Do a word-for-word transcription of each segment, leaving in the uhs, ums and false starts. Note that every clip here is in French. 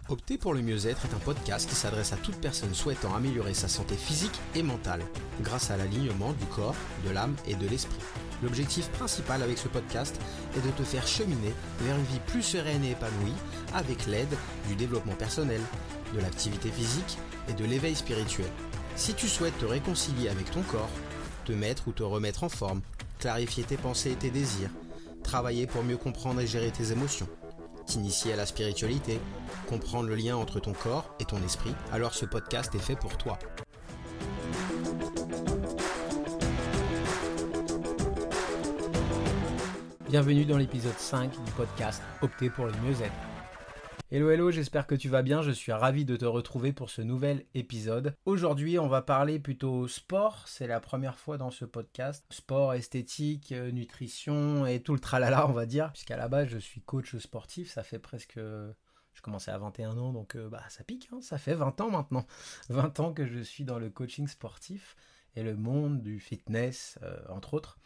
Opter pour le mieux-être est un podcast qui s'adresse à toute personne souhaitant améliorer sa santé physique et mentale grâce à l'alignement du corps, de l'âme et de l'esprit. L'objectif principal avec ce podcast est de te faire cheminer vers une vie plus sereine et épanouie avec l'aide du développement personnel, de l'activité physique et de l'éveil spirituel. Si tu souhaites te réconcilier avec ton corps, te mettre ou te remettre en forme, clarifier tes pensées et tes désirs, travailler pour mieux comprendre et gérer tes émotions, t'initier à la spiritualité, comprendre le lien entre ton corps et ton esprit, alors ce podcast est fait pour toi. Bienvenue dans l'épisode cinq du podcast Opter pour le mieux-être. Hello hello, j'espère que tu vas bien, je suis ravi de te retrouver pour ce nouvel épisode. Aujourd'hui on va parler plutôt sport, c'est la première fois dans ce podcast. Sport, esthétique, nutrition et tout le tralala on va dire, puisqu'à la base je suis coach sportif, ça fait presque... Je commençais à vingt et un ans donc euh, bah, ça pique, hein, ça fait vingt ans maintenant. vingt ans que je suis dans le coaching sportif et le monde du fitness euh, entre autres.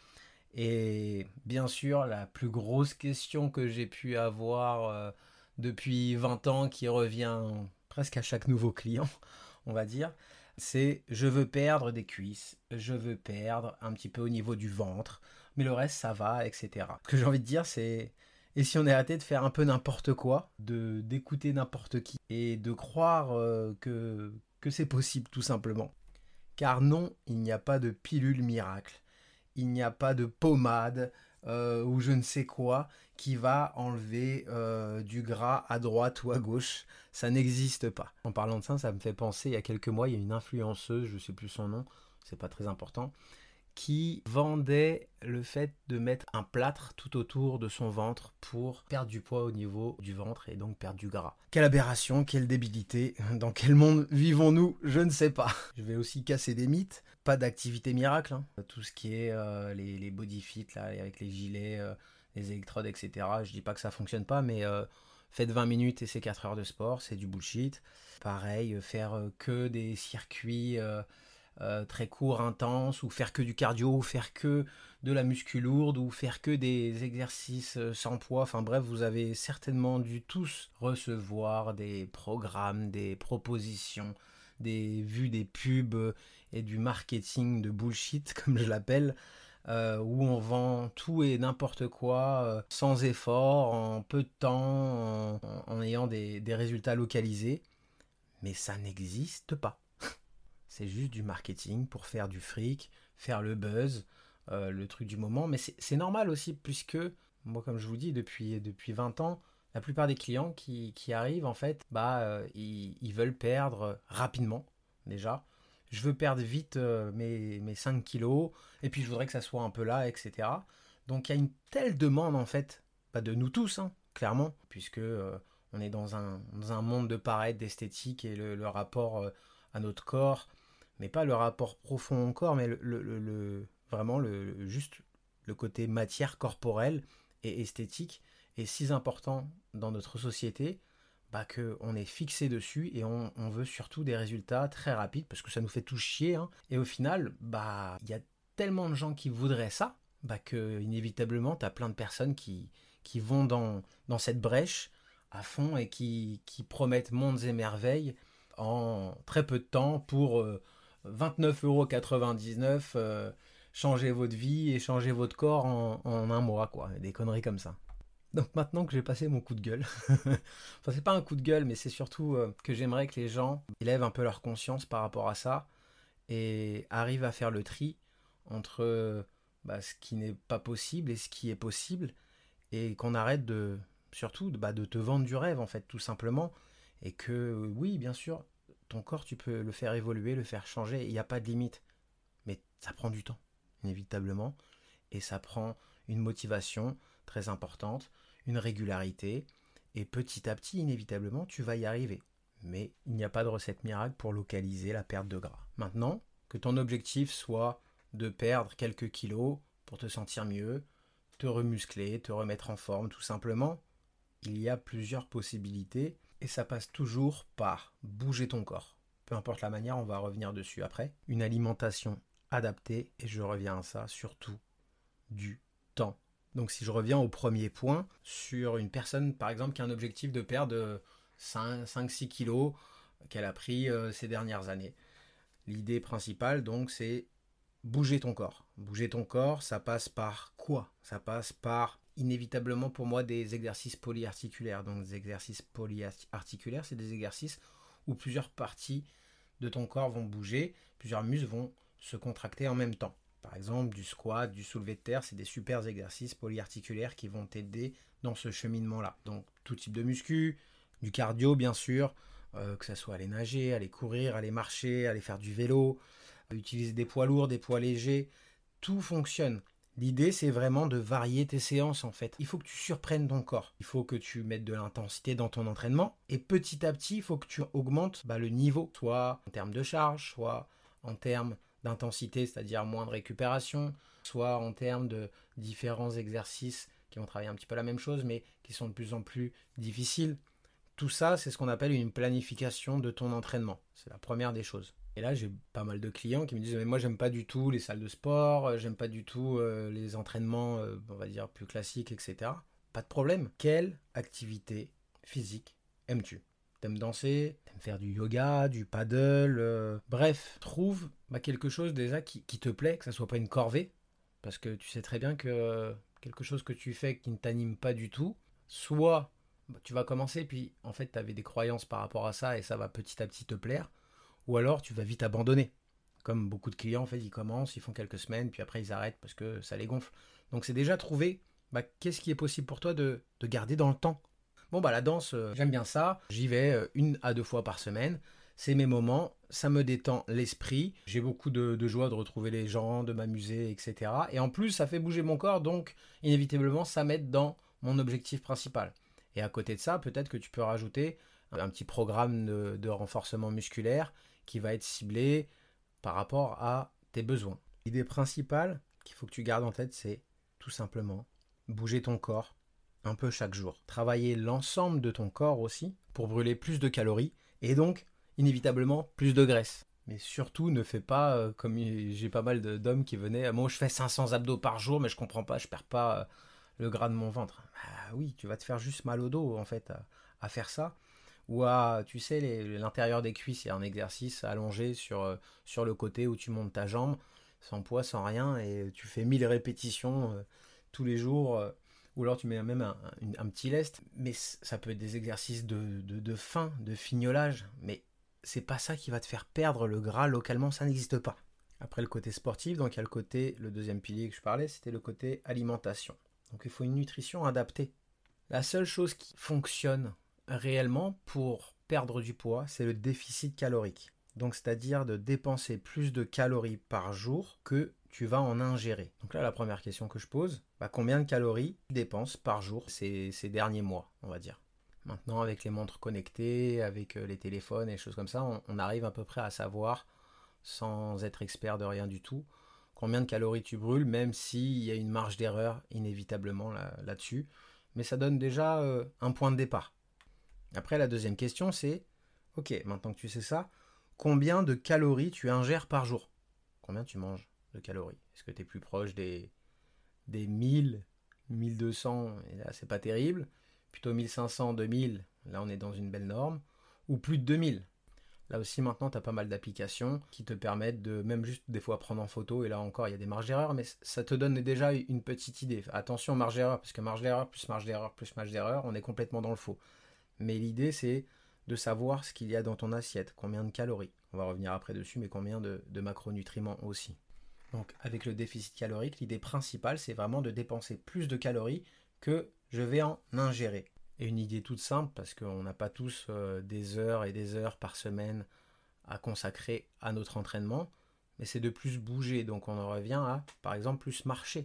Et bien sûr la plus grosse question que j'ai pu avoir... Euh, depuis vingt ans qui revient presque à chaque nouveau client, on va dire, c'est je veux perdre des cuisses, je veux perdre un petit peu au niveau du ventre, mais le reste ça va, et cetera. Ce que j'ai envie de dire c'est, et si on arrêtait de faire un peu n'importe quoi, de d'écouter n'importe qui et de croire euh, que, que c'est possible tout simplement. Car non, il n'y a pas de pilule miracle, il n'y a pas de pommade, Euh, ou je ne sais quoi qui va enlever euh, du gras à droite ou à gauche, ça n'existe pas. En parlant de ça, ça me fait penser, il y a quelques mois, il y a une influenceuse, je ne sais plus son nom, c'est pas très important, qui vendait le fait de mettre un plâtre tout autour de son ventre pour perdre du poids au niveau du ventre et donc perdre du gras. Quelle aberration, quelle débilité, dans quel monde vivons-nous, je ne sais pas. Je vais aussi casser des mythes, pas d'activité miracle, hein. Tout ce qui est euh, les, les body fit là, avec les gilets, euh, les électrodes, et cetera. Je dis pas que ça fonctionne pas, mais euh, faites vingt minutes et c'est quatre heures de sport, c'est du bullshit. Pareil, faire euh, que des circuits... Euh, Euh, très court, intense, ou faire que du cardio, ou faire que de la muscu lourde, ou faire que des exercices sans poids. Enfin bref, vous avez certainement dû tous recevoir des programmes, des propositions, des vues, des pubs et du marketing de bullshit, comme je l'appelle, euh, où on vend tout et n'importe quoi, euh, sans effort, en peu de temps, en, en ayant des, des résultats localisés. Mais ça n'existe pas. C'est juste du marketing pour faire du fric, faire le buzz, euh, le truc du moment. Mais c'est, c'est normal aussi, puisque, moi, comme je vous dis, depuis, depuis vingt ans, la plupart des clients qui, qui arrivent, en fait, bah, euh, ils, ils veulent perdre rapidement, déjà. Je veux perdre vite euh, mes, mes cinq kilos, et puis je voudrais que ça soit un peu là, et cetera. Donc, il y a une telle demande, en fait, bah, de nous tous, hein, clairement, puisque euh, on est dans un, dans un monde de paraître, d'esthétique, et le, le rapport euh, à notre corps, mais pas le rapport profond au corps, mais le, le, le, le vraiment le, juste le côté matière corporelle et esthétique est si important dans notre société bah, qu'on est fixé dessus et on, on veut surtout des résultats très rapides parce que ça nous fait tout chier. Hein. Et au final, bah, y a tellement de gens qui voudraient ça bah, que inévitablement, tu as plein de personnes qui, qui vont dans, dans cette brèche à fond et qui, qui promettent mondes et merveilles en très peu de temps pour... Euh, vingt-neuf euros quatre-vingt-dix-neuf, euh, changez votre vie et changez votre corps en, en un mois, quoi. Des conneries comme ça. Donc maintenant que j'ai passé mon coup de gueule, enfin c'est pas un coup de gueule, mais c'est surtout euh, que j'aimerais que les gens élèvent un peu leur conscience par rapport à ça et arrivent à faire le tri entre euh, bah, ce qui n'est pas possible et ce qui est possible et qu'on arrête de, surtout bah, de te vendre du rêve en fait, tout simplement. Et que oui, bien sûr, ton corps, tu peux le faire évoluer, le faire changer, il n'y a pas de limite. Mais ça prend du temps, inévitablement, et ça prend une motivation très importante, une régularité, et petit à petit, inévitablement, tu vas y arriver. Mais il n'y a pas de recette miracle pour localiser la perte de gras. Maintenant, que ton objectif soit de perdre quelques kilos pour te sentir mieux, te remuscler, te remettre en forme, tout simplement, il y a plusieurs possibilités. Et ça passe toujours par bouger ton corps. Peu importe la manière, on va revenir dessus après. Une alimentation adaptée, et je reviens à ça, surtout du temps. Donc si je reviens au premier point, sur une personne par exemple qui a un objectif de perdre cinq six kilos qu'elle a pris euh, ces dernières années. L'idée principale, donc, c'est bouger ton corps. Bouger ton corps, ça passe par quoi? Ça passe par, inévitablement pour moi, des exercices polyarticulaires. Donc, des exercices polyarticulaires, c'est des exercices où plusieurs parties de ton corps vont bouger, plusieurs muscles vont se contracter en même temps. Par exemple, du squat, du soulevé de terre, c'est des super exercices polyarticulaires qui vont t'aider dans ce cheminement-là. Donc, tout type de muscu, du cardio, bien sûr, euh, que ce soit aller nager, aller courir, aller marcher, aller faire du vélo, utiliser des poids lourds, des poids légers, tout fonctionne. L'idée, c'est vraiment de varier tes séances, en fait. Il faut que tu surprennes ton corps. Il faut que tu mettes de l'intensité dans ton entraînement. Et petit à petit, il faut que tu augmentes bah, le niveau, soit en termes de charge, soit en termes d'intensité, c'est-à-dire moins de récupération, soit en termes de différents exercices qui vont travailler un petit peu la même chose, mais qui sont de plus en plus difficiles. Tout ça, c'est ce qu'on appelle une planification de ton entraînement. C'est la première des choses. Et là, j'ai pas mal de clients qui me disent « Mais moi, j'aime pas du tout les salles de sport, j'aime pas du tout euh, les entraînements, euh, on va dire, plus classiques, et cetera » Pas de problème. Quelle activité physique aimes-tu? T'aimes danser? T'aimes faire du yoga, du paddle euh... Bref, trouve bah, quelque chose déjà qui, qui te plaît, que ça soit pas une corvée. Parce que tu sais très bien que euh, quelque chose que tu fais qui ne t'anime pas du tout, soit bah, tu vas commencer, puis en fait, tu avais des croyances par rapport à ça et ça va petit à petit te plaire. Ou alors tu vas vite abandonner. Comme beaucoup de clients, en fait, ils commencent, ils font quelques semaines, puis après ils arrêtent parce que ça les gonfle. Donc c'est déjà trouver bah, qu'est-ce qui est possible pour toi de, de garder dans le temps. Bon bah la danse, euh, j'aime bien ça, j'y vais euh, une à deux fois par semaine. C'est mes moments, ça me détend l'esprit. J'ai beaucoup de, de joie de retrouver les gens, de m'amuser, et cetera. Et en plus, ça fait bouger mon corps, donc inévitablement, ça m'aide dans mon objectif principal. Et à côté de ça, peut-être que tu peux rajouter un petit programme de, de renforcement musculaire qui va être ciblé par rapport à tes besoins. L'idée principale qu'il faut que tu gardes en tête, c'est tout simplement bouger ton corps un peu chaque jour. Travailler l'ensemble de ton corps aussi pour brûler plus de calories et donc inévitablement plus de graisse. Mais surtout ne fais pas euh, comme j'ai pas mal de, d'hommes qui venaient « Moi je fais cinq cents abdos par jour mais je comprends pas, je perds pas euh, le gras de mon ventre. » Bah oui, tu vas te faire juste mal au dos en fait à, à faire ça. Ou à, tu sais, les, l'intérieur des cuisses, il y a un exercice allongé sur, euh, sur le côté où tu montes ta jambe, sans poids, sans rien, et tu fais mille répétitions euh, tous les jours, euh, ou alors tu mets même un, un, un petit lest, mais ça peut être des exercices de, de, de faim, de fignolage, mais c'est pas ça qui va te faire perdre le gras localement, ça n'existe pas. Après le côté sportif, donc il y a le côté, le deuxième pilier que je parlais, c'était le côté alimentation. Donc il faut une nutrition adaptée. La seule chose qui fonctionne réellement pour perdre du poids, c'est le déficit calorique. Donc c'est-à-dire de dépenser plus de calories par jour que tu vas en ingérer. Donc là, la première question que je pose, bah, combien de calories tu dépenses par jour ces, ces derniers mois, on va dire. Maintenant, avec les montres connectées, avec les téléphones et des choses comme ça, on, on arrive à peu près à savoir, sans être expert de rien du tout, combien de calories tu brûles, même s'il y a une marge d'erreur inévitablement là, là-dessus. Mais ça donne déjà euh, un point de départ. Après, la deuxième question, c'est, ok, maintenant que tu sais ça, combien de calories tu ingères par jour? Combien tu manges de calories? Est-ce que tu es plus proche des, des mille, mille deux cents, et là, c'est pas terrible, plutôt mille cinq cents, deux mille, là, on est dans une belle norme, ou plus de deux mille? Là aussi, maintenant, tu as pas mal d'applications qui te permettent de, même juste des fois, prendre en photo, et là encore, il y a des marges d'erreur, mais ça te donne déjà une petite idée. Attention, marge d'erreur, parce que marge d'erreur, plus marge d'erreur, plus marge d'erreur, on est complètement dans le faux. Mais l'idée, c'est de savoir ce qu'il y a dans ton assiette, combien de calories. On va revenir après dessus, mais combien de, de macronutriments aussi. Donc, avec le déficit calorique, l'idée principale, c'est vraiment de dépenser plus de calories que je vais en ingérer. Et une idée toute simple, parce qu'on n'a pas tous euh, des heures et des heures par semaine à consacrer à notre entraînement, mais c'est de plus bouger. Donc, on en revient à, par exemple, plus marcher.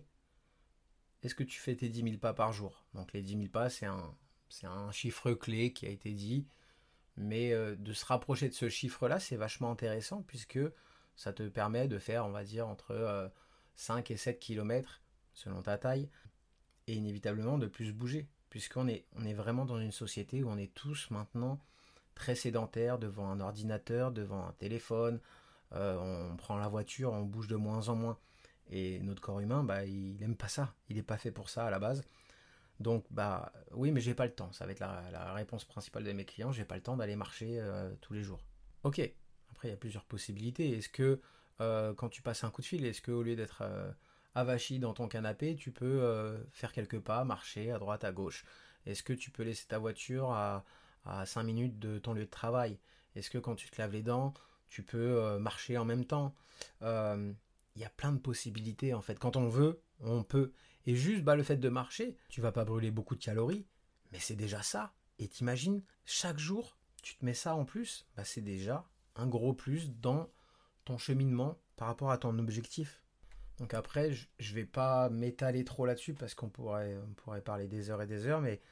Est-ce que tu fais tes dix mille pas par jour? Donc, les dix mille pas, c'est un... C'est un chiffre clé qui a été dit, mais euh, de se rapprocher de ce chiffre-là, c'est vachement intéressant puisque ça te permet de faire, on va dire, entre euh, cinq et sept kilomètres selon ta taille et inévitablement de plus bouger puisqu'on est, on est vraiment dans une société où on est tous maintenant très sédentaires devant un ordinateur, devant un téléphone, euh, on prend la voiture, on bouge de moins en moins et notre corps humain, bah, il n'aime pas ça, il n'est pas fait pour ça à la base. Donc, bah oui, mais j'ai pas le temps. Ça va être la, la réponse principale de mes clients. J'ai pas le temps d'aller marcher euh, tous les jours. Ok. Après, il y a plusieurs possibilités. Est-ce que euh, quand tu passes un coup de fil, est-ce que au lieu d'être euh, avachi dans ton canapé, tu peux euh, faire quelques pas, marcher à droite, à gauche? Est-ce que tu peux laisser ta voiture à, à cinq minutes de ton lieu de travail? Est-ce que quand tu te laves les dents, tu peux euh, marcher en même temps? Euh, Il y a plein de possibilités en fait. Quand on veut, on peut. Et juste bah, le fait de marcher, tu vas pas brûler beaucoup de calories, mais c'est déjà ça. Et t'imagines, chaque jour, tu te mets ça en plus, bah, c'est déjà un gros plus dans ton cheminement par rapport à ton objectif. Donc après, je ne vais pas m'étaler trop là-dessus parce qu'on pourrait, on pourrait parler des heures et des heures, mais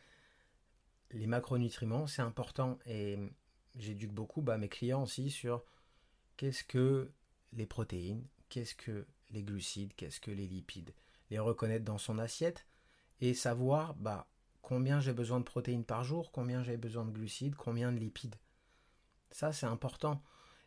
les macronutriments, c'est important. Et j'éduque beaucoup bah, mes clients aussi sur qu'est-ce que les protéines, qu'est-ce que les glucides, qu'est-ce que les lipides. Les reconnaître dans son assiette et savoir bah, combien j'ai besoin de protéines par jour, combien j'ai besoin de glucides, combien de lipides. Ça, c'est important.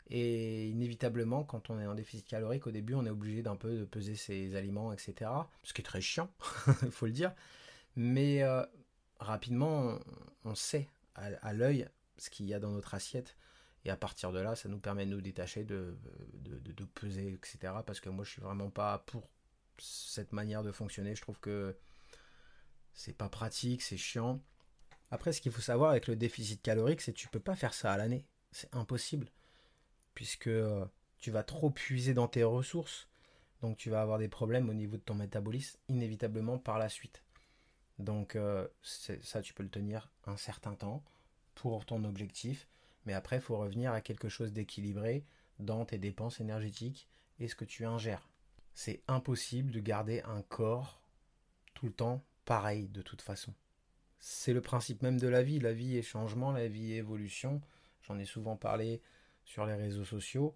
Et inévitablement, quand on est en déficit calorique, au début, on est obligé d'un peu de peser ses aliments, et cetera. Ce qui est très chiant, il faut le dire. Mais euh, rapidement, on, on sait à, à l'œil ce qu'il y a dans notre assiette. Et à partir de là, ça nous permet de nous détacher, de, de, de, de peser, et cetera. Parce que moi, je suis vraiment pas pour cette manière de fonctionner. Je trouve que c'est pas pratique, c'est chiant. Après, ce qu'il faut savoir avec le déficit calorique, c'est que tu peux pas faire ça à l'année. C'est impossible. Puisque euh, tu vas trop puiser dans tes ressources. Donc tu vas avoir des problèmes au niveau de ton métabolisme, inévitablement par la suite. Donc euh, ça, tu peux le tenir un certain temps pour ton objectif. Mais après, il faut revenir à quelque chose d'équilibré dans tes dépenses énergétiques et ce que tu ingères. C'est impossible de garder un corps tout le temps pareil de toute façon. C'est le principe même de la vie. La vie est changement, la vie est évolution. J'en ai souvent parlé sur les réseaux sociaux.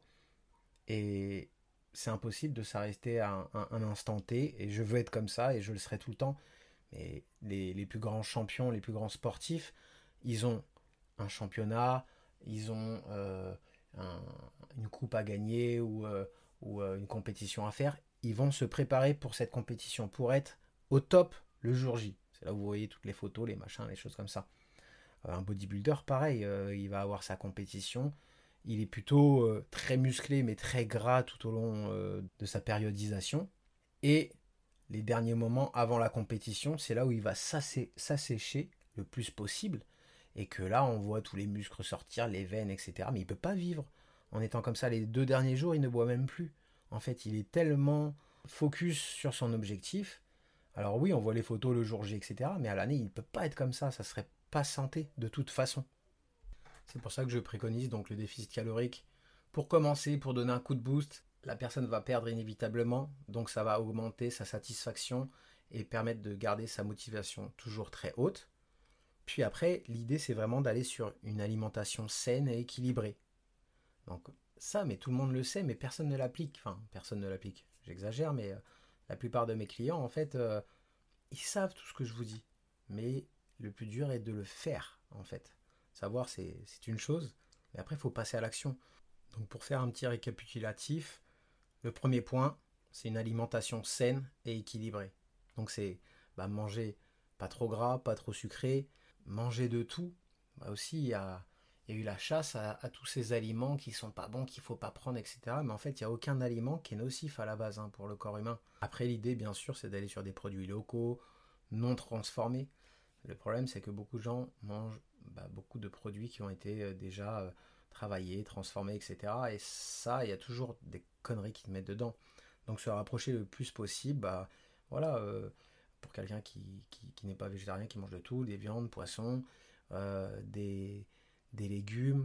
Et c'est impossible de s'arrêter à un, un, un instant T. Et je veux être comme ça et je le serai tout le temps. Mais les, les plus grands champions, les plus grands sportifs, ils ont un championnat, ils ont euh, un, une coupe à gagner ou, euh, ou euh, une compétition à faire. Ils vont se préparer pour cette compétition, pour être au top le jour J. C'est là où vous voyez toutes les photos, les machins, les choses comme ça. Euh, un bodybuilder, pareil, euh, il va avoir sa compétition. Il est plutôt euh, très musclé, mais très gras tout au long euh, de sa périodisation. Et les derniers moments avant la compétition, c'est là où il va s'assé- s'assécher le plus possible. Et que là, on voit tous les muscles sortir, les veines, et cetera. Mais il ne peut pas vivre en étant comme ça. Les deux derniers jours, il ne boit même plus. En fait, il est tellement focus sur son objectif. Alors oui, on voit les photos le jour J, et cetera. Mais à l'année, il ne peut pas être comme ça. Ça serait pas santé de toute façon. C'est pour ça que je préconise donc le déficit calorique. Pour commencer, pour donner un coup de boost, la personne va perdre inévitablement. Donc ça va augmenter sa satisfaction et permettre de garder sa motivation toujours très haute. Puis après, l'idée, c'est vraiment d'aller sur une alimentation saine et équilibrée. Donc ça, mais tout le monde le sait, mais personne ne l'applique. Enfin, personne ne l'applique. J'exagère, mais euh, la plupart de mes clients, en fait, euh, ils savent tout ce que je vous dis. Mais le plus dur est de le faire, en fait. Savoir, c'est, c'est une chose, mais après, il faut passer à l'action. Donc pour faire un petit récapitulatif, le premier point, c'est une alimentation saine et équilibrée. Donc c'est bah, manger pas trop gras, pas trop sucré, manger de tout. Bah aussi, il y a, il y a eu la chasse à, à tous ces aliments qui sont pas bons, qu'il faut pas prendre, et cetera. Mais en fait, il n'y a aucun aliment qui est nocif à la base hein, pour le corps humain. Après, l'idée, bien sûr, c'est d'aller sur des produits locaux, non transformés. Le problème, c'est que beaucoup de gens mangent bah, beaucoup de produits qui ont été euh, déjà euh, travaillés, transformés, et cetera. Et ça, il y a toujours des conneries qui te mettent dedans. Donc se rapprocher le plus possible, bah, voilà, euh, pour quelqu'un qui, qui, qui n'est pas végétarien, qui mange de tout, des viandes, poissons, euh, des, des légumes,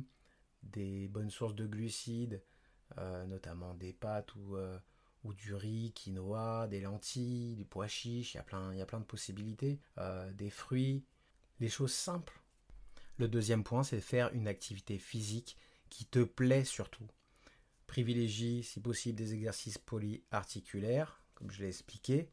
des bonnes sources de glucides, euh, notamment des pâtes ou, euh, ou du riz, quinoa, des lentilles, du pois chiche, il y a plein, il y a plein de possibilités, euh, des fruits, des choses simples. Le deuxième point, c'est faire une activité physique qui te plaît surtout. Privilégie, si possible, des exercices polyarticulaires, comme je l'ai expliqué,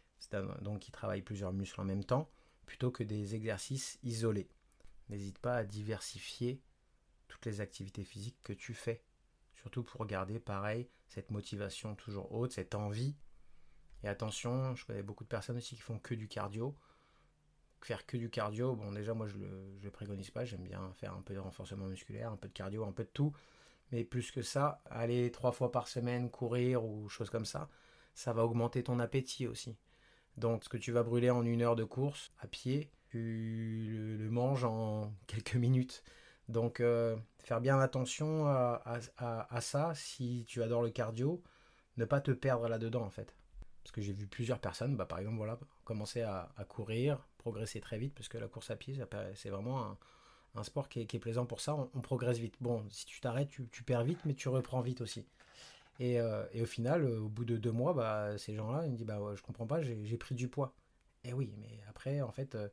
donc qui travaillent plusieurs muscles en même temps, plutôt que des exercices isolés. N'hésite pas à diversifier toutes les activités physiques que tu fais, surtout pour garder, pareil, cette motivation toujours haute, cette envie. Et attention, je connais beaucoup de personnes aussi qui font que du cardio. faire que du cardio, bon déjà moi je le, je le préconise pas, j'aime bien faire un peu de renforcement musculaire, un peu de cardio, un peu de tout, mais plus que ça, aller trois fois par semaine courir ou choses comme ça, ça va augmenter ton appétit aussi. Donc ce que tu vas brûler en une heure de course à pied, tu le, le manges en quelques minutes. Donc euh, faire bien attention à, à, à, à ça, si tu adores le cardio, ne pas te perdre là-dedans en fait. Parce que j'ai vu plusieurs personnes, bah, par exemple, voilà, commencer à, à courir, progresser très vite, parce que la course à pied, ça, c'est vraiment un, un sport qui est, qui est plaisant pour ça, on, on progresse vite. Bon, si tu t'arrêtes, tu, tu perds vite, mais tu reprends vite aussi. Et, euh, et au final, au bout de deux mois, bah, ces gens-là, ils me disent, bah, ouais, je comprends pas, j'ai, j'ai pris du poids. Et oui, mais après, en fait,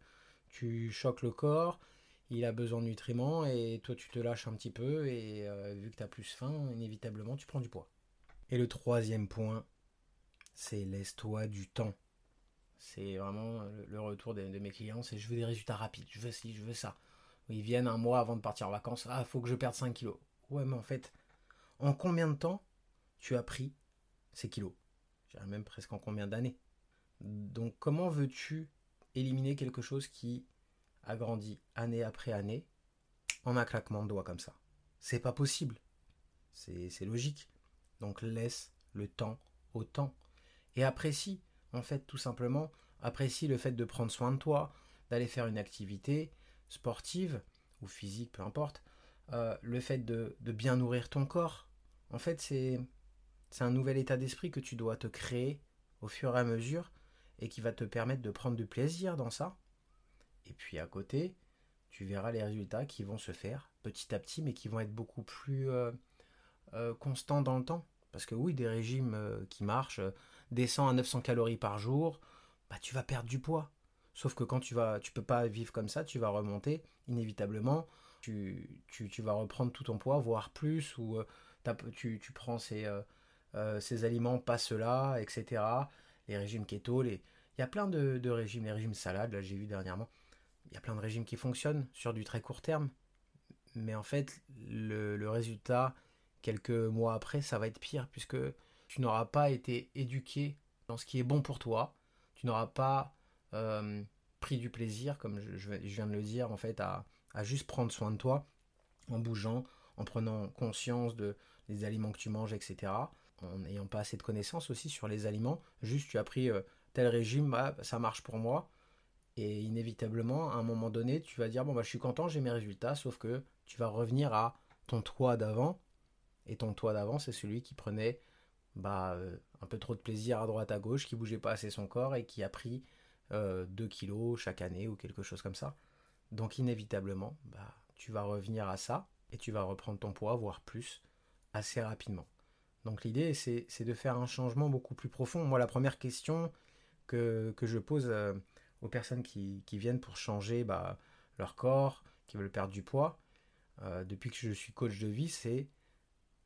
tu choques le corps, il a besoin de nutriments, et toi, tu te lâches un petit peu, et euh, vu que tu as plus faim, inévitablement, tu prends du poids. Et le troisième point, c'est laisse-toi du temps. C'est vraiment le retour de, de mes clients, c'est je veux des résultats rapides, je veux ci, je veux ça. Ils viennent un mois avant de partir en vacances, ah, faut que je perde cinq kilos. Ouais, mais en fait, en combien de temps tu as pris ces kilos? Je dirais même presque en combien d'années? Donc comment veux-tu éliminer quelque chose qui a grandi année après année en un claquement de doigts comme ça? C'est pas possible. C'est, c'est logique. Donc laisse le temps au temps. Et apprécie, en fait, tout simplement, apprécie le fait de prendre soin de toi, d'aller faire une activité sportive ou physique, peu importe, euh, le fait de, de bien nourrir ton corps. En fait, c'est, c'est un nouvel état d'esprit que tu dois te créer au fur et à mesure et qui va te permettre de prendre du plaisir dans ça. Et puis à côté, tu verras les résultats qui vont se faire petit à petit, mais qui vont être beaucoup plus euh, euh, constants dans le temps. Parce que oui, des régimes euh, qui marchent, euh, descends à neuf cents calories par jour, bah tu vas perdre du poids. Sauf que quand tu vas, tu peux pas vivre comme ça, tu vas remonter inévitablement, tu, tu, tu vas reprendre tout ton poids, voire plus, ou euh, tu, tu prends ces, euh, euh, ces aliments, pas ceux-là, et cetera. Les régimes keto, les... il y a plein de, de régimes, les régimes salades, là j'ai vu dernièrement, il y a plein de régimes qui fonctionnent sur du très court terme, mais en fait, le, le résultat... quelques mois après, ça va être pire puisque tu n'auras pas été éduqué dans ce qui est bon pour toi. Tu n'auras pas euh, pris du plaisir, comme je, je viens de le dire, en fait, à, à juste prendre soin de toi en bougeant, en prenant conscience de, des aliments que tu manges, et cetera. En n'ayant pas assez de connaissances aussi sur les aliments. Juste, tu as pris euh, tel régime, bah, ça marche pour moi. Et inévitablement, à un moment donné, tu vas dire, bon, bah, je suis content, j'ai mes résultats, sauf que tu vas revenir à ton toi d'avant. Et ton toi d'avant, c'est celui qui prenait bah, euh, un peu trop de plaisir à droite à gauche, qui bougeait pas assez son corps et qui a pris euh, deux kilos chaque année ou quelque chose comme ça. Donc inévitablement, bah, tu vas revenir à ça et tu vas reprendre ton poids, voire plus, assez rapidement. Donc l'idée, c'est, c'est de faire un changement beaucoup plus profond. Moi, la première question que, que je pose euh, aux personnes qui, qui viennent pour changer bah, leur corps, qui veulent perdre du poids, euh, depuis que je suis coach de vie, c'est pourquoi ?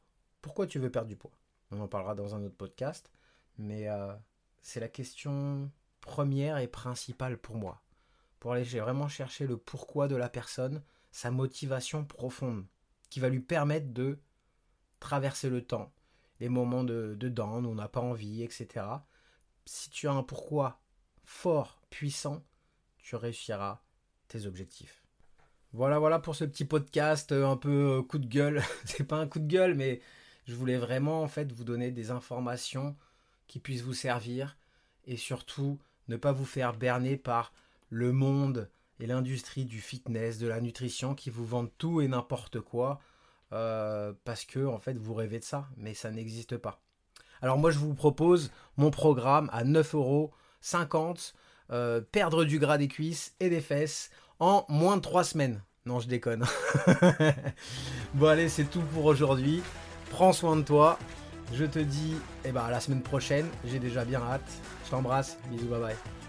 Pourquoi tu veux perdre du poids ? On en parlera dans un autre podcast, mais euh, c'est la question première et principale pour moi. Pour aller j'ai vraiment cherché le pourquoi de la personne, sa motivation profonde, qui va lui permettre de traverser le temps, les moments de, de down où on n'a pas envie, et cetera. Si tu as un pourquoi fort, puissant, tu réussiras tes objectifs. Voilà, voilà pour ce petit podcast un peu coup de gueule. C'est pas un coup de gueule, mais je voulais vraiment en fait vous donner des informations qui puissent vous servir et surtout ne pas vous faire berner par le monde et l'industrie du fitness, de la nutrition qui vous vendent tout et n'importe quoi euh, parce que en fait vous rêvez de ça, mais ça n'existe pas. Alors moi je vous propose mon programme à neuf euros cinquante, euh, perdre du gras des cuisses et des fesses en moins de trois semaines. Non, je déconne. Bon allez, c'est tout pour aujourd'hui. Prends soin de toi. Je te dis eh ben, à la semaine prochaine. J'ai déjà bien hâte. Je t'embrasse. Bisous, bye bye.